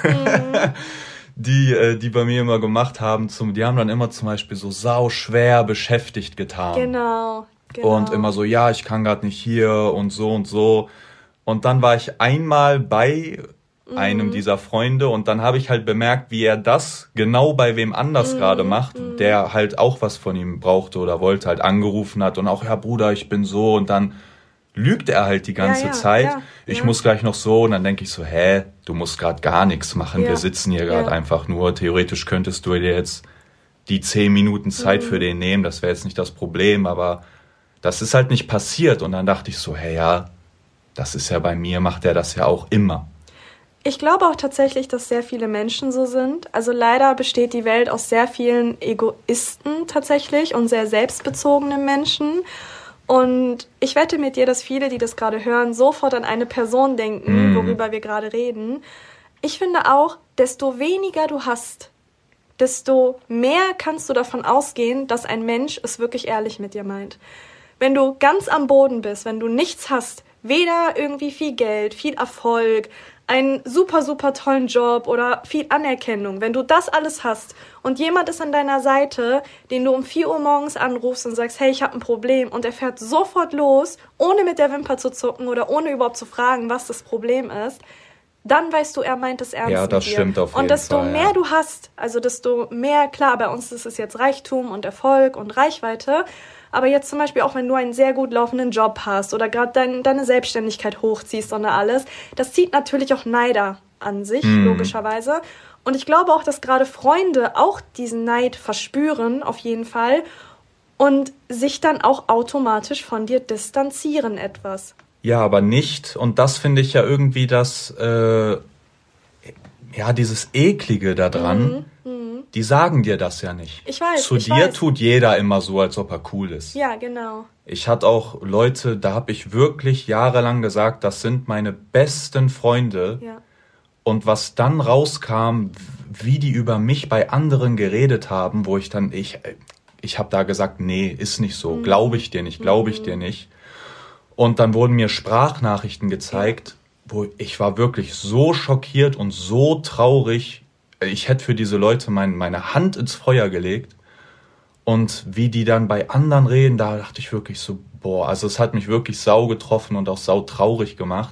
Speaker 1: die, äh, die bei mir immer gemacht haben, zum, die haben dann immer zum Beispiel so sau schwer beschäftigt getan.
Speaker 2: Genau, genau.
Speaker 1: Und immer so, ja, ich kann gerade nicht hier und so und so. Und dann war ich einmal bei einem dieser Freunde und dann habe ich halt bemerkt, wie er das genau bei wem anders gerade macht, der halt auch was von ihm brauchte oder wollte, halt angerufen hat und auch, ja Bruder, ich bin so, und dann lügt er halt die ganze
Speaker 2: Ja, ja,
Speaker 1: Zeit.
Speaker 2: ja,
Speaker 1: ich
Speaker 2: ja.
Speaker 1: muss gleich noch so, und dann denke ich so, hä, du musst gerade gar nichts machen,
Speaker 2: Ja,
Speaker 1: wir sitzen hier gerade
Speaker 2: ja.
Speaker 1: einfach nur, theoretisch könntest du dir jetzt die zehn Minuten Zeit für den nehmen, das wäre jetzt nicht das Problem, aber das ist halt nicht passiert, und dann dachte ich so, hey, ja, das ist ja bei mir, macht er das ja auch immer.
Speaker 2: Ich glaube auch tatsächlich, dass sehr viele Menschen so sind. Also leider besteht die Welt aus sehr vielen Egoisten tatsächlich und sehr selbstbezogenen Menschen. Und ich wette mit dir, dass viele, die das gerade hören, sofort an eine Person denken,
Speaker 1: Mhm.
Speaker 2: worüber wir gerade reden. Ich finde auch, desto weniger du hast, desto mehr kannst du davon ausgehen, dass ein Mensch es wirklich ehrlich mit dir meint. Wenn du ganz am Boden bist, wenn du nichts hast, weder irgendwie viel Geld, viel Erfolg, einen super, super tollen Job oder viel Anerkennung, wenn du das alles hast und jemand ist an deiner Seite, den du um vier Uhr morgens anrufst und sagst, hey, ich habe ein Problem und er fährt sofort los, ohne mit der Wimper zu zucken oder ohne überhaupt zu fragen, was das Problem ist, dann weißt du, er meint es ernst
Speaker 1: Ja, das
Speaker 2: mit dir.
Speaker 1: stimmt auf jeden Fall.
Speaker 2: Und desto
Speaker 1: Fall,
Speaker 2: mehr
Speaker 1: ja.
Speaker 2: du hast, also desto mehr, klar, bei uns ist es jetzt Reichtum und Erfolg und Reichweite, aber jetzt zum Beispiel auch, wenn du einen sehr gut laufenden Job hast oder gerade dein, deine Selbstständigkeit hochziehst und alles, das zieht natürlich auch Neider an sich,
Speaker 1: Mhm.
Speaker 2: logischerweise. Und ich glaube auch, dass gerade Freunde auch diesen Neid verspüren, auf jeden Fall, und sich dann auch automatisch von dir distanzieren etwas.
Speaker 1: Ja, aber nicht, und das finde ich ja irgendwie das, äh, ja, dieses Eklige da dran,
Speaker 2: Mhm.
Speaker 1: die sagen dir das ja nicht.
Speaker 2: Ich weiß,
Speaker 1: Zu
Speaker 2: ich
Speaker 1: dir
Speaker 2: weiß.
Speaker 1: tut jeder immer so, als ob er cool ist.
Speaker 2: Ja, genau.
Speaker 1: Ich hatte auch Leute, da habe ich wirklich jahrelang gesagt, das sind meine besten Freunde.
Speaker 2: Ja.
Speaker 1: Und was dann rauskam, wie die über mich bei anderen geredet haben, wo ich dann, ich, ich habe da gesagt, nee, ist nicht so,
Speaker 2: Mhm.
Speaker 1: glaube ich dir nicht, glaube ich
Speaker 2: Mhm.
Speaker 1: dir nicht. Und dann wurden mir Sprachnachrichten gezeigt, wo ich war wirklich so schockiert und so traurig. Ich hätte für diese Leute mein, meine Hand ins Feuer gelegt. Und wie die dann bei anderen reden, da dachte ich wirklich so, boah, also es hat mich wirklich sau getroffen und auch sau traurig gemacht.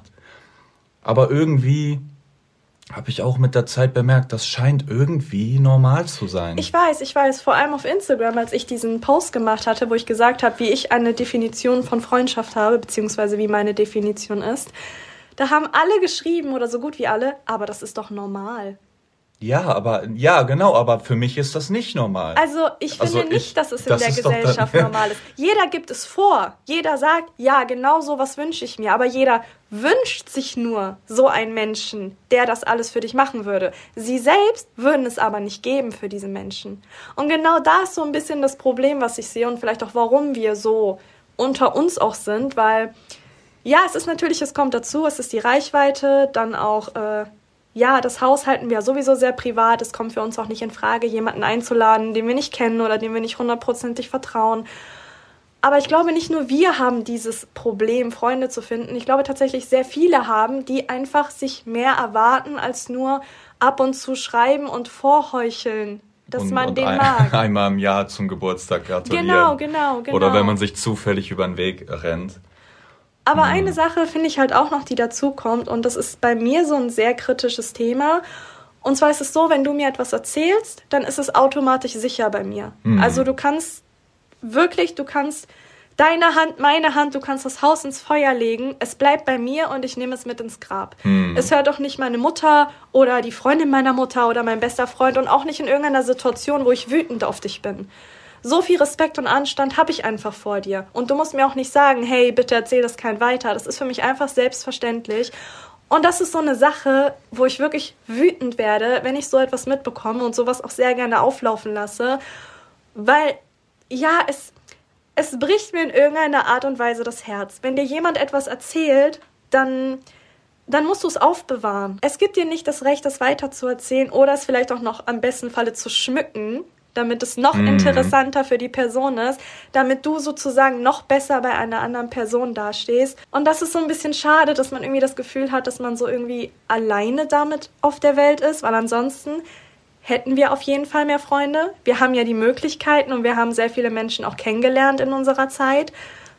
Speaker 1: Aber irgendwie habe ich auch mit der Zeit bemerkt, das scheint irgendwie normal zu sein.
Speaker 2: Ich weiß, ich weiß, vor allem auf Instagram, als ich diesen Post gemacht hatte, wo ich gesagt habe, wie ich eine Definition von Freundschaft habe, beziehungsweise wie meine Definition ist, da haben alle geschrieben, oder so gut wie alle, aber das ist doch normal.
Speaker 1: Ja, aber, ja, genau, aber für mich ist das nicht normal.
Speaker 2: Also ich finde
Speaker 1: Also
Speaker 2: nicht,
Speaker 1: ich-
Speaker 2: dass es in
Speaker 1: das
Speaker 2: der
Speaker 1: ist doch dann-
Speaker 2: Gesellschaft normal ist. Jeder gibt es vor. Jeder sagt, ja, genau so was wünsche ich mir. Aber jeder wünscht sich nur so einen Menschen, der das alles für dich machen würde. Sie selbst würden es aber nicht geben für diese Menschen. Und genau da ist so ein bisschen das Problem, was ich sehe und vielleicht auch, warum wir so unter uns auch sind, weil ja, es ist natürlich, es kommt dazu, es ist die Reichweite, dann auch, äh, ja, das Haus halten wir sowieso sehr privat, es kommt für uns auch nicht in Frage, jemanden einzuladen, den wir nicht kennen oder dem wir nicht hundertprozentig vertrauen. Aber ich glaube, nicht nur wir haben dieses Problem, Freunde zu finden. Ich glaube tatsächlich, sehr viele haben, die einfach sich mehr erwarten, als nur ab und zu schreiben und vorheucheln, dass
Speaker 1: und,
Speaker 2: man
Speaker 1: und
Speaker 2: den
Speaker 1: ein,
Speaker 2: mag.
Speaker 1: einmal im Jahr zum Geburtstag gratulieren.
Speaker 2: Genau, genau, genau.
Speaker 1: Oder wenn man sich zufällig über den Weg rennt.
Speaker 2: Aber eine Sache finde ich halt auch noch, die dazu kommt, und das ist bei mir so ein sehr kritisches Thema. Und zwar ist es so, wenn du mir etwas erzählst, dann ist es automatisch sicher bei mir.
Speaker 1: Mhm.
Speaker 2: Also du kannst wirklich, du kannst deine Hand, meine Hand, du kannst das Haus ins Feuer legen, es bleibt bei mir und ich nehme es mit ins Grab.
Speaker 1: Mhm.
Speaker 2: Es hört auch nicht meine Mutter oder die Freundin meiner Mutter oder mein bester Freund und auch nicht in irgendeiner Situation, wo ich wütend auf dich bin. So viel Respekt und Anstand habe ich einfach vor dir. Und du musst mir auch nicht sagen, hey, bitte erzähl das kein weiter. Das ist für mich einfach selbstverständlich. Und das ist so eine Sache, wo ich wirklich wütend werde, wenn ich so etwas mitbekomme und sowas auch sehr gerne auflaufen lasse. Weil, ja, es, es bricht mir in irgendeiner Art und Weise das Herz. Wenn dir jemand etwas erzählt, dann, dann musst du es aufbewahren. Es gibt dir nicht das Recht, das weiterzuerzählen oder es vielleicht auch noch am besten Falle zu schmücken, damit es noch
Speaker 1: Mhm.
Speaker 2: interessanter für die Person ist, damit du sozusagen noch besser bei einer anderen Person dastehst. Und das ist so ein bisschen schade, dass man irgendwie das Gefühl hat, dass man so irgendwie alleine damit auf der Welt ist, weil ansonsten hätten wir auf jeden Fall mehr Freunde. Wir haben ja die Möglichkeiten und wir haben sehr viele Menschen auch kennengelernt in unserer Zeit.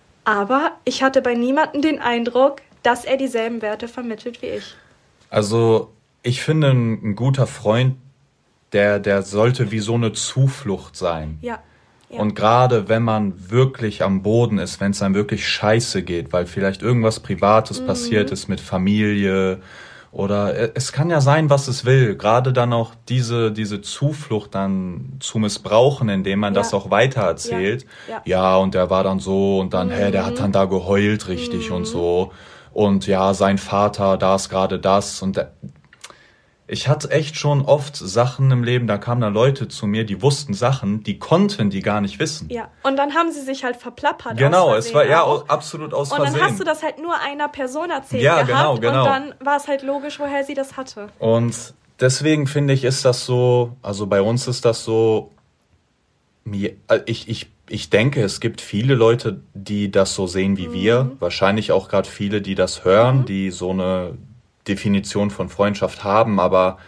Speaker 2: Aber ich hatte bei niemandem den Eindruck, dass er dieselben Werte vermittelt wie ich.
Speaker 1: Also, ich finde, ein, ein guter Freund, der, der sollte wie so eine Zuflucht sein.
Speaker 2: Ja. ja.
Speaker 1: Und gerade wenn man wirklich am Boden ist, wenn es einem wirklich scheiße geht, weil vielleicht irgendwas Privates
Speaker 2: Mhm.
Speaker 1: passiert ist mit Familie oder e- es kann ja sein, was es will. Gerade dann auch diese, diese Zuflucht dann zu missbrauchen, indem man
Speaker 2: Ja.
Speaker 1: das auch weitererzählt.
Speaker 2: Ja.
Speaker 1: Ja, und der war dann so und dann,
Speaker 2: Mhm.
Speaker 1: hä, der hat dann da geheult richtig und so. Und ja, sein Vater, da ist gerade das und der, ich hatte echt schon oft Sachen im Leben, da kamen da Leute zu mir, die wussten Sachen, die konnten die gar nicht wissen.
Speaker 2: Ja, und dann haben sie sich halt verplappert.
Speaker 1: Genau,
Speaker 2: aus
Speaker 1: es war ja
Speaker 2: Versehen auch.
Speaker 1: au- absolut aus
Speaker 2: Und dann
Speaker 1: Versehen.
Speaker 2: hast du das halt nur einer Person erzählt
Speaker 1: Ja,
Speaker 2: gehabt
Speaker 1: genau, genau.
Speaker 2: und dann war es halt logisch, woher sie das hatte.
Speaker 1: Und deswegen finde ich, ist das so, also bei uns ist das so, mir- äh, ich, ich ich denke, es gibt viele Leute, die das so sehen wie mhm. wir. Wahrscheinlich auch gerade viele, die das hören, mhm. die so eine Definition von Freundschaft haben. Aber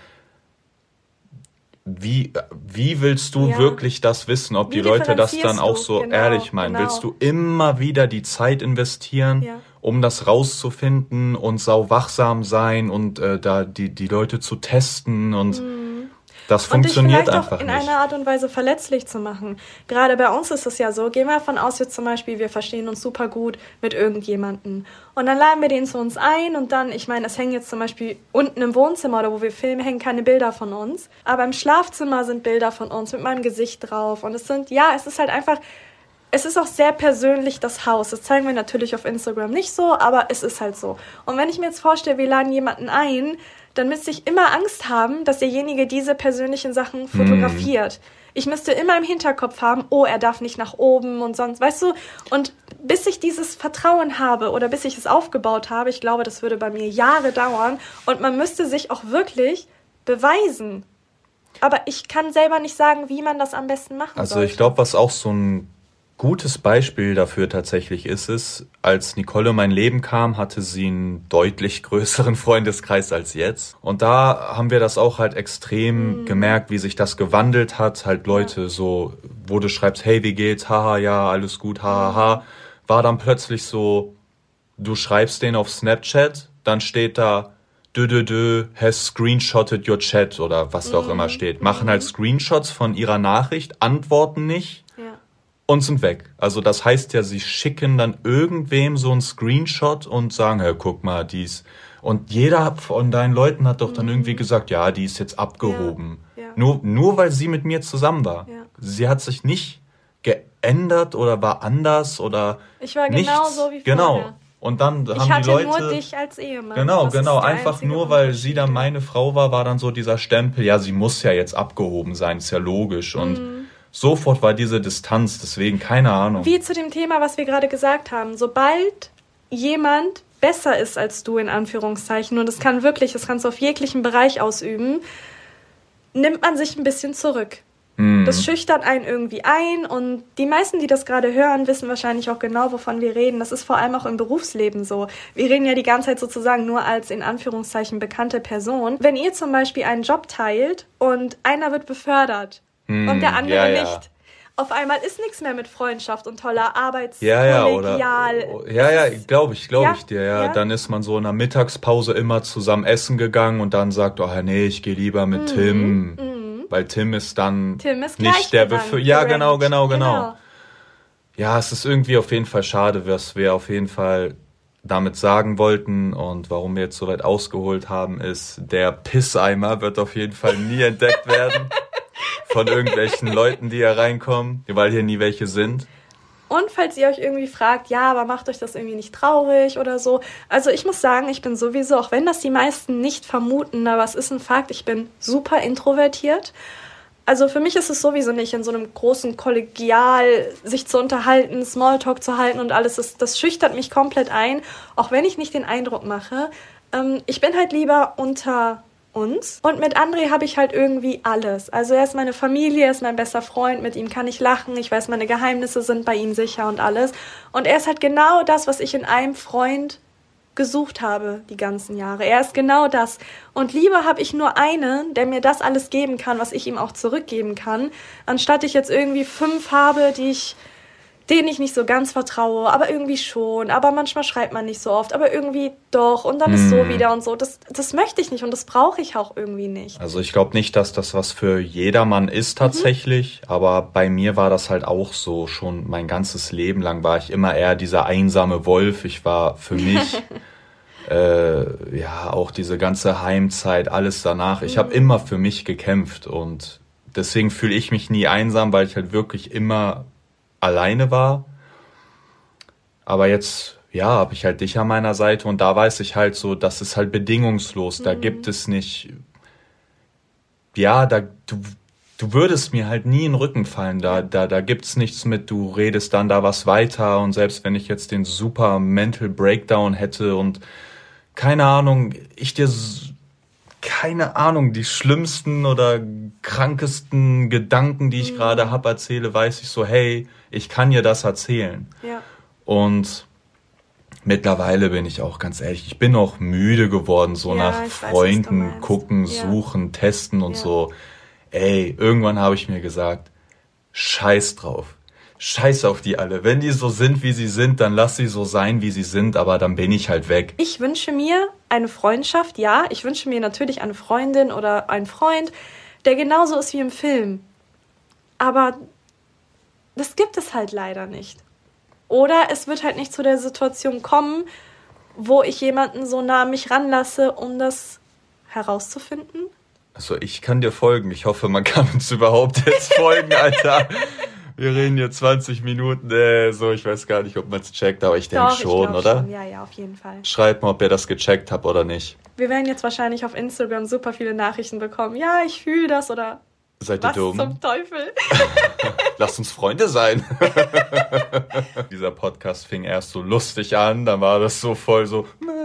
Speaker 1: wie, wie willst du ja. wirklich das wissen, ob wie die Leute das dann auch so genau, ehrlich meinen? Genau. Willst du immer wieder die Zeit investieren, ja. um das rauszufinden und sau wachsam sein und äh, da die, die Leute zu testen und mhm. das funktioniert
Speaker 2: und dich
Speaker 1: einfach
Speaker 2: auch in
Speaker 1: nicht.
Speaker 2: einer Art und Weise verletzlich zu machen. Gerade bei uns ist es ja so, gehen wir davon aus, jetzt zum Beispiel, wir verstehen uns super gut mit irgendjemandem. Und dann laden wir den zu uns ein und dann, ich meine, es hängen jetzt zum Beispiel unten im Wohnzimmer oder wo wir filmen, hängen keine Bilder von uns. Aber im Schlafzimmer sind Bilder von uns mit meinem Gesicht drauf. Und es sind, ja, es ist halt einfach, es ist auch sehr persönlich, das Haus. Das zeigen wir natürlich auf Instagram nicht so, aber es ist halt so. Und wenn ich mir jetzt vorstelle, wir laden jemanden ein, dann müsste ich immer Angst haben, dass derjenige diese persönlichen Sachen fotografiert. Hm. Ich müsste immer im Hinterkopf haben, oh, er darf nicht nach oben und sonst, weißt du? Und bis ich dieses Vertrauen habe oder bis ich es aufgebaut habe, ich glaube, das würde bei mir Jahre dauern und man müsste sich auch wirklich beweisen. Aber ich kann selber nicht sagen, wie man das am besten machen soll.
Speaker 1: Also sollte. Ich glaube, was auch so ein gutes Beispiel dafür tatsächlich ist es, als Nicole in mein Leben kam, hatte sie einen deutlich größeren Freundeskreis als jetzt. Und da haben wir das auch halt extrem mhm. gemerkt, wie sich das gewandelt hat. Halt Leute ja. so, wo du schreibst, hey, wie geht's? Haha, ja, alles gut, haha, ha. War dann plötzlich so, du schreibst den auf Snapchat, dann steht da, dö, dö, dö, has screenshotted your chat oder was mhm. da auch immer steht. Machen halt Screenshots von ihrer Nachricht, antworten nicht. Und sind weg. Also das heißt ja, sie schicken dann irgendwem so einen Screenshot und sagen, hey, guck mal, dies. Und jeder von deinen Leuten hat doch dann mhm. irgendwie gesagt, ja, die ist jetzt abgehoben. Ja, ja. Nur, nur weil sie mit mir zusammen war. Ja. Sie hat sich nicht geändert oder war anders oder
Speaker 2: ich war
Speaker 1: nichts.
Speaker 2: Genau so wie
Speaker 1: genau.
Speaker 2: vorher.
Speaker 1: Und dann
Speaker 2: ich
Speaker 1: haben die Leute...
Speaker 2: Ich hatte nur dich als Ehemann.
Speaker 1: Genau, das genau. Einfach nur, weil sie dann meine Frau war, war dann so dieser Stempel, ja, sie muss ja jetzt abgehoben sein, ist ja logisch. Und mhm. sofort war diese Distanz, deswegen keine Ahnung.
Speaker 2: Wie zu dem Thema, was wir gerade gesagt haben. Sobald jemand besser ist als du, in Anführungszeichen, und das kann wirklich, das kannst du auf jeglichen Bereich ausüben, nimmt man sich ein bisschen zurück. Mm. Das schüchtert einen irgendwie ein und die meisten, die das gerade hören, wissen wahrscheinlich auch genau, wovon wir reden. Das ist vor allem auch im Berufsleben so. Wir reden ja die ganze Zeit sozusagen nur als, in Anführungszeichen, bekannte Person. Wenn ihr zum Beispiel einen Job teilt und einer wird befördert, und der andere
Speaker 1: ja,
Speaker 2: nicht.
Speaker 1: Ja.
Speaker 2: Auf einmal ist nichts mehr mit Freundschaft und toller Arbeitskollegial.
Speaker 1: Ja, ja, oder, ja, ja, glaube ich, glaube
Speaker 2: ja,
Speaker 1: ich dir. Ja.
Speaker 2: ja,
Speaker 1: dann ist man so in der Mittagspause immer zusammen essen gegangen und dann sagt, oh nee, ich gehe lieber mit mhm. Tim, mhm. weil Tim ist dann
Speaker 2: Tim ist
Speaker 1: nicht der Befür. Ja, genau, genau, genau, genau. Ja, es ist irgendwie auf jeden Fall schade, was wir auf jeden Fall damit sagen wollten und warum wir jetzt so weit ausgeholt haben, ist, der Pisseimer wird auf jeden Fall nie entdeckt werden. Von irgendwelchen Leuten, die hier reinkommen, weil hier nie welche sind.
Speaker 2: Und falls ihr euch irgendwie fragt, ja, aber macht euch das irgendwie nicht traurig oder so. Also ich muss sagen, ich bin sowieso, auch wenn das die meisten nicht vermuten, aber es ist ein Fakt, ich bin super introvertiert. Also für mich ist es sowieso nicht, in so einem großen Kollegial sich zu unterhalten, Smalltalk zu halten und alles. Das, das schüchtert mich komplett ein, auch wenn ich nicht den Eindruck mache. Ähm, ich bin halt lieber unter uns. Und mit André habe ich halt irgendwie alles. Also er ist meine Familie, er ist mein bester Freund, mit ihm kann ich lachen, ich weiß, meine Geheimnisse sind bei ihm sicher und alles. Und er ist halt genau das, was ich in einem Freund gesucht habe die ganzen Jahre. Er ist genau das. Und lieber habe ich nur einen, der mir das alles geben kann, was ich ihm auch zurückgeben kann, anstatt ich jetzt irgendwie fünf habe, die ich denen ich nicht so ganz vertraue, aber irgendwie schon, aber manchmal schreibt man nicht so oft, aber irgendwie doch und dann ist so wieder und so. Das, das möchte ich nicht und das brauche ich auch irgendwie nicht.
Speaker 1: Also ich glaube nicht, dass das was für jedermann ist tatsächlich, mhm. aber bei mir war das halt auch so. Schon mein ganzes Leben lang war ich immer eher dieser einsame Wolf. Ich war für mich, äh, ja, auch diese ganze Heimzeit, alles danach. Ich mhm. habe immer für mich gekämpft und deswegen fühle ich mich nie einsam, weil ich halt wirklich immer alleine war, aber jetzt, ja, habe ich halt dich an meiner Seite und da weiß ich halt so, das ist halt bedingungslos, da mhm. gibt es nicht, ja, da, du, du würdest mir halt nie in den Rücken fallen, da, da, da gibt's nichts mit, du redest dann da was weiter und selbst wenn ich jetzt den super Mental Breakdown hätte und keine Ahnung, ich dir keine Ahnung, die schlimmsten oder krankesten Gedanken, die ich mhm. gerade habe, erzähle, weiß ich so, hey, ich kann dir das erzählen.
Speaker 2: Ja.
Speaker 1: Und mittlerweile bin ich auch ganz ehrlich, ich bin auch müde geworden, so ja, nach Freunden weiß, gucken, ja. suchen, testen und ja. so. Ey, irgendwann habe ich mir gesagt, scheiß drauf. Scheiß auf die alle. Wenn die so sind, wie sie sind, dann lass sie so sein, wie sie sind, aber dann bin ich halt weg.
Speaker 2: Ich wünsche mir eine Freundschaft, ja. Ich wünsche mir natürlich eine Freundin oder einen Freund, der genauso ist wie im Film. Aber das gibt es halt leider nicht. Oder es wird halt nicht zu der Situation kommen, wo ich jemanden so nah an mich ranlasse, um das herauszufinden.
Speaker 1: Also ich kann dir folgen. Ich hoffe, man kann uns überhaupt jetzt folgen, Alter. Wir reden hier zwanzig Minuten, äh, so, ich weiß gar nicht, ob man es checkt, aber ich denke schon, oder? Schon.
Speaker 2: Ja, ja, auf jeden Fall.
Speaker 1: Schreibt mal, ob ihr das gecheckt habt oder nicht.
Speaker 2: Wir werden jetzt wahrscheinlich auf Instagram super viele Nachrichten bekommen. Ja, ich fühle das oder
Speaker 1: seid ihr
Speaker 2: was
Speaker 1: dumm?
Speaker 2: Zum Teufel?
Speaker 1: Lasst uns Freunde sein. Dieser Podcast fing erst so lustig an, dann war das so voll so...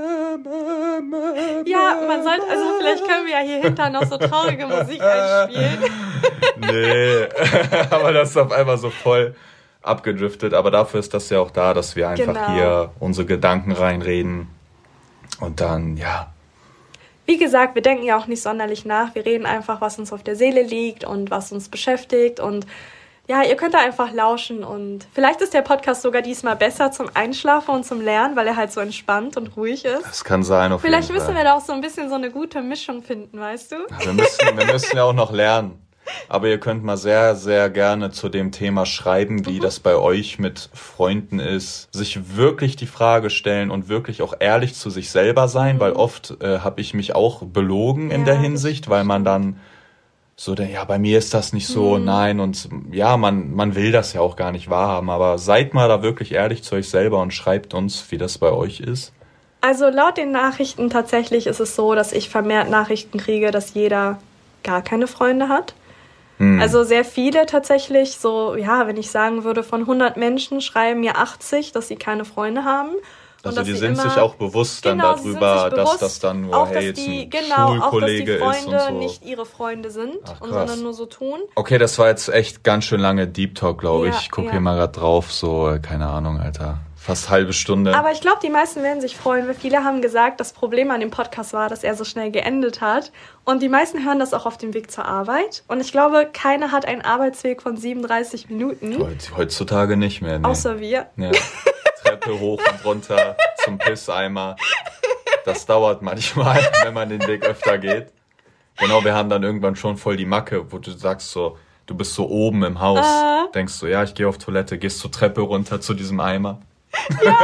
Speaker 2: Ja, man sollte, also vielleicht können wir ja hier hinter noch so traurige Musik einspielen.
Speaker 1: Nee, aber das ist auf einmal so voll abgedriftet. Aber dafür ist das ja auch da, dass wir einfach genau. hier unsere Gedanken reinreden. Und dann, ja.
Speaker 2: Wie gesagt, wir denken ja auch nicht sonderlich nach. Wir reden einfach, was uns auf der Seele liegt und was uns beschäftigt. Und ja, ihr könnt da einfach lauschen. Und vielleicht ist der Podcast sogar diesmal besser zum Einschlafen und zum Lernen, weil er halt so entspannt und ruhig ist.
Speaker 1: Das kann sein, auf
Speaker 2: Vielleicht
Speaker 1: jeden Fall.
Speaker 2: müssen wir da auch so ein bisschen so eine gute Mischung finden, weißt du?
Speaker 1: Ja, wir müssen, wir müssen ja auch noch lernen. Aber ihr könnt mal sehr, sehr gerne zu dem Thema schreiben, wie mhm. das bei euch mit Freunden ist. Sich wirklich die Frage stellen und wirklich auch ehrlich zu sich selber sein, mhm. weil oft äh, habe ich mich auch belogen in ja, der Hinsicht, weil man dann so, der, ja, bei mir ist das nicht so, mhm. nein. Und ja, man, man will das ja auch gar nicht wahrhaben. Aber seid mal da wirklich ehrlich zu euch selber und schreibt uns, wie das bei euch ist.
Speaker 2: Also laut den Nachrichten tatsächlich ist es so, dass ich vermehrt Nachrichten kriege, dass jeder gar keine Freunde hat. Hm. Also sehr viele tatsächlich, so, ja, wenn ich sagen würde, von hundert Menschen schreiben mir achtzig, dass sie keine Freunde haben.
Speaker 1: Also die sind immer, sich auch bewusst dann genau, darüber, bewusst, dass das dann nur,
Speaker 2: auch,
Speaker 1: hey, jetzt
Speaker 2: die,
Speaker 1: ein
Speaker 2: genau,
Speaker 1: Schulkollege
Speaker 2: auch, dass die Freunde
Speaker 1: ist und so.
Speaker 2: nicht ihre Freunde sind,
Speaker 1: Ach,
Speaker 2: und sondern nur so tun.
Speaker 1: Okay, das war jetzt echt ganz schön lange Deep Talk, glaube ich.
Speaker 2: Ja,
Speaker 1: ich gucke
Speaker 2: ja.
Speaker 1: hier mal gerade drauf, so, keine Ahnung, Alter. Fast halbe Stunde.
Speaker 2: Aber ich glaube, die meisten werden sich freuen, weil viele haben gesagt, das Problem an dem Podcast war, dass er so schnell geendet hat. Und die meisten hören das auch auf dem Weg zur Arbeit. Und ich glaube, keiner hat einen Arbeitsweg von siebenunddreißig Minuten.
Speaker 1: Heutzutage nicht mehr, ne?
Speaker 2: Außer wir.
Speaker 1: Ja. Treppe hoch und runter zum Pisseimer. Das dauert manchmal, wenn man den Weg öfter geht. Genau, wir haben dann irgendwann schon voll die Macke, wo du sagst so, du bist so oben im Haus. Uh. Denkst du, so, ja, ich gehe auf Toilette, gehst zur Treppe runter zu diesem Eimer. Ja.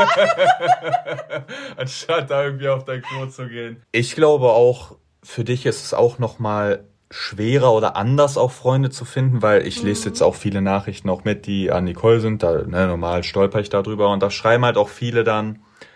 Speaker 1: Anstatt da irgendwie auf dein Klo zu gehen. Ich glaube auch, für dich ist es auch nochmal schwerer oder anders auch Freunde zu finden, weil ich mhm. lese jetzt auch viele Nachrichten auch mit, die an Nicole sind, da ne, normal stolper ich da drüber und da schreiben halt auch viele dann,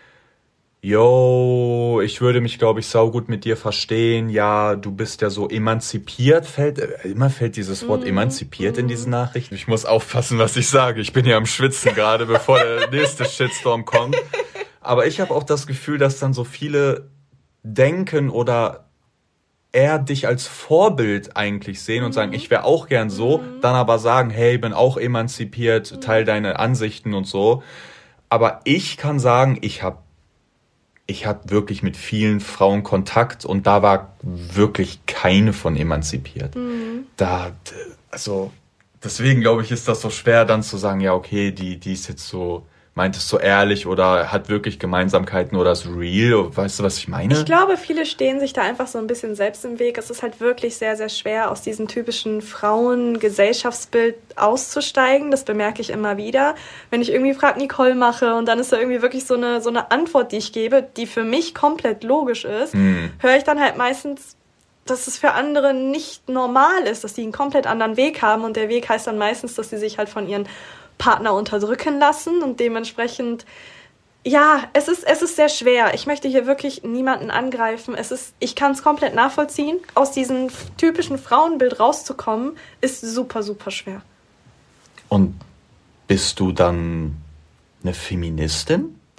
Speaker 1: yo, ich würde mich, glaube ich, saugut mit dir verstehen, ja, du bist ja so emanzipiert, fällt, immer fällt dieses Wort mm, emanzipiert mm. in diesen Nachrichten. Ich muss aufpassen, was ich sage, ich bin ja am Schwitzen gerade, bevor der nächste Shitstorm kommt. Aber ich habe auch das Gefühl, dass dann so viele denken oder eher dich als Vorbild eigentlich sehen mm. und sagen, ich wäre auch gern so, mm. dann aber sagen, hey, bin auch emanzipiert, mm. teil deine Ansichten und so. Aber ich kann sagen, ich habe Ich habe wirklich mit vielen Frauen Kontakt und da war wirklich keine von emanzipiert. Mhm. Da, also, deswegen glaube ich, ist das so schwer dann zu sagen, ja, okay, die, die ist jetzt so, meint es so ehrlich oder hat wirklich Gemeinsamkeiten oder ist real. Weißt du, was ich meine?
Speaker 2: Ich glaube, viele stehen sich da einfach so ein bisschen selbst im Weg. Es ist halt wirklich sehr, sehr schwer, aus diesem typischen Frauen-Gesellschaftsbild auszusteigen. Das bemerke ich immer wieder. Wenn ich irgendwie Frag Nicole mache und dann ist da irgendwie wirklich so eine, so eine Antwort, die ich gebe, die für mich komplett logisch ist, hm. höre ich dann halt meistens, dass es für andere nicht normal ist, dass die einen komplett anderen Weg haben und der Weg heißt dann meistens, dass sie sich halt von ihren Partner unterdrücken lassen und dementsprechend, ja, es ist, es ist sehr schwer. Ich möchte hier wirklich niemanden angreifen. Es ist, ich kann es komplett nachvollziehen. Aus diesem typischen Frauenbild rauszukommen, ist super, super schwer.
Speaker 1: Und bist du dann eine Feministin?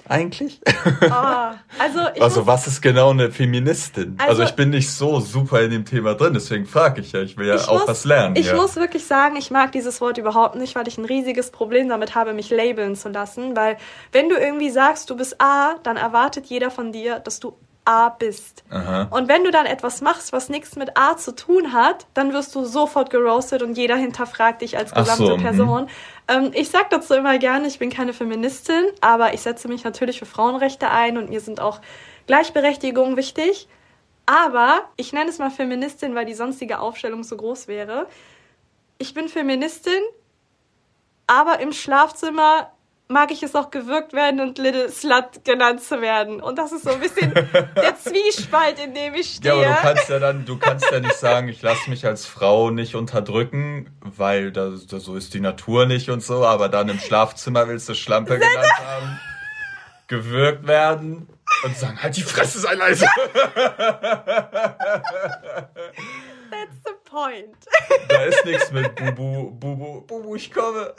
Speaker 1: eigentlich?
Speaker 2: Oh, also ich
Speaker 1: also
Speaker 2: muss,
Speaker 1: was ist genau eine Feministin? Also,
Speaker 2: Also-
Speaker 1: ich bin nicht so super in dem Thema drin, deswegen frage ich ja. Ich will ja
Speaker 2: ich
Speaker 1: auch
Speaker 2: muss,
Speaker 1: was lernen.
Speaker 2: Ich
Speaker 1: ja.
Speaker 2: muss wirklich sagen, ich mag dieses Wort überhaupt nicht, weil ich ein riesiges Problem damit habe, mich labeln zu lassen. Weil wenn du irgendwie sagst, du bist A, dann erwartet jeder von dir, dass du A bist.
Speaker 1: Aha.
Speaker 2: Und wenn du dann etwas machst, was nichts mit A zu tun hat, dann wirst du sofort geroastet und jeder hinterfragt dich als
Speaker 1: Ach
Speaker 2: gesamte
Speaker 1: so, mhm.
Speaker 2: Person. Ähm, ich sag dazu immer gerne, ich bin keine Feministin, aber ich setze mich natürlich für Frauenrechte ein und mir sind auch Gleichberechtigung wichtig. Aber ich nenne es mal Feministin, weil die sonstige Aufstellung so groß wäre. Ich bin Feministin, aber im Schlafzimmer mag ich es auch gewürgt werden und Little Slut genannt zu werden. Und das ist so ein bisschen der Zwiespalt, in dem ich stehe.
Speaker 1: Ja, aber du kannst ja dann, du kannst ja nicht sagen, ich lasse mich als Frau nicht unterdrücken, weil das, das, so ist die Natur nicht und so, aber dann im Schlafzimmer willst du Schlampe genannt haben, gewürgt werden und sagen, halt die Fresse, sei leise.
Speaker 2: That's the point.
Speaker 1: Da ist nichts mit Bubu, Bubu, Bubu, ich komme.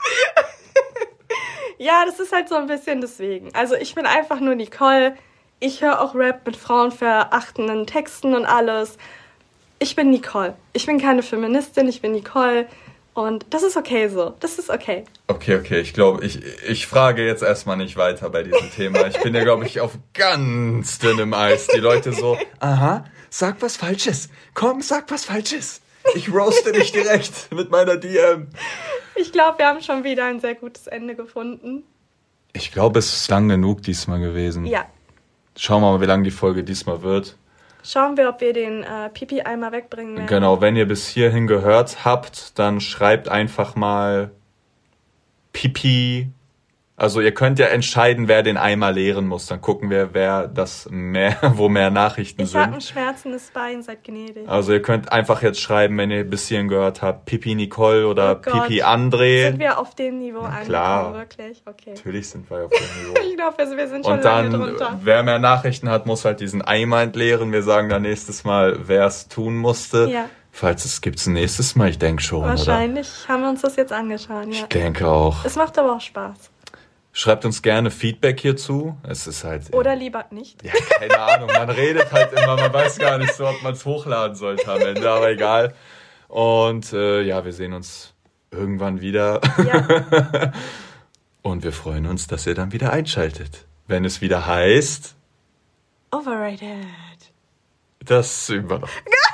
Speaker 2: Ja, das ist halt so ein bisschen deswegen. Also ich bin einfach nur Nicole. Ich höre auch Rap mit frauenverachtenden Texten und alles. Ich bin Nicole. Ich bin keine Feministin, ich bin Nicole. Und das ist okay so. Das ist okay.
Speaker 1: Okay, okay, ich glaube, ich, ich frage jetzt erstmal nicht weiter bei diesem Thema. Ich bin ja, glaube ich, auf ganz dünnem Eis. Die Leute so, aha, sag was Falsches. Komm, sag was Falsches. Ich roaste dich direkt mit meiner D M.
Speaker 2: Ich glaube, wir haben schon wieder ein sehr gutes Ende gefunden.
Speaker 1: Ich glaube, es ist lang genug diesmal gewesen.
Speaker 2: Ja.
Speaker 1: Schauen wir mal, wie lang die Folge diesmal wird.
Speaker 2: Schauen wir, ob wir den äh, Pipi-Eimer wegbringen werden.
Speaker 1: Genau, wenn ihr bis hierhin gehört habt, dann schreibt einfach mal Pipi. Also ihr könnt ja entscheiden, wer den Eimer leeren muss. Dann gucken wir, wer das mehr, wo mehr Nachrichten
Speaker 2: Ich sag
Speaker 1: sind.
Speaker 2: ein schmerzendes Bein, seid gnädig.
Speaker 1: Also ihr könnt einfach jetzt schreiben, wenn ihr bis hierhin gehört habt, Pipi Nicole oder
Speaker 2: Oh Gott.
Speaker 1: Pipi André.
Speaker 2: Sind wir auf dem Niveau angekommen,
Speaker 1: klar.
Speaker 2: wirklich? Okay.
Speaker 1: Natürlich sind wir auf dem Niveau.
Speaker 2: Ich glaube, wir sind schon
Speaker 1: Und
Speaker 2: lange
Speaker 1: dann,
Speaker 2: drunter.
Speaker 1: wer mehr Nachrichten hat, muss halt diesen Eimer entleeren. Wir sagen dann nächstes Mal, wer es tun musste.
Speaker 2: Ja.
Speaker 1: Falls es gibt's ein nächstes Mal, ich denke schon,
Speaker 2: Wahrscheinlich
Speaker 1: oder?
Speaker 2: haben wir uns das jetzt angeschaut, ja.
Speaker 1: Ich denke auch.
Speaker 2: Es macht aber auch Spaß.
Speaker 1: Schreibt uns gerne Feedback hierzu. Es ist halt...
Speaker 2: Oder lieber nicht.
Speaker 1: Ja, keine Ahnung. Man redet halt immer, man weiß gar nicht so, ob man es hochladen sollte am Ende, aber egal. Und äh, ja, wir sehen uns irgendwann wieder.
Speaker 2: Ja.
Speaker 1: Und wir freuen uns, dass ihr dann wieder einschaltet. Wenn es wieder heißt...
Speaker 2: Overrated.
Speaker 1: Das üben wir noch.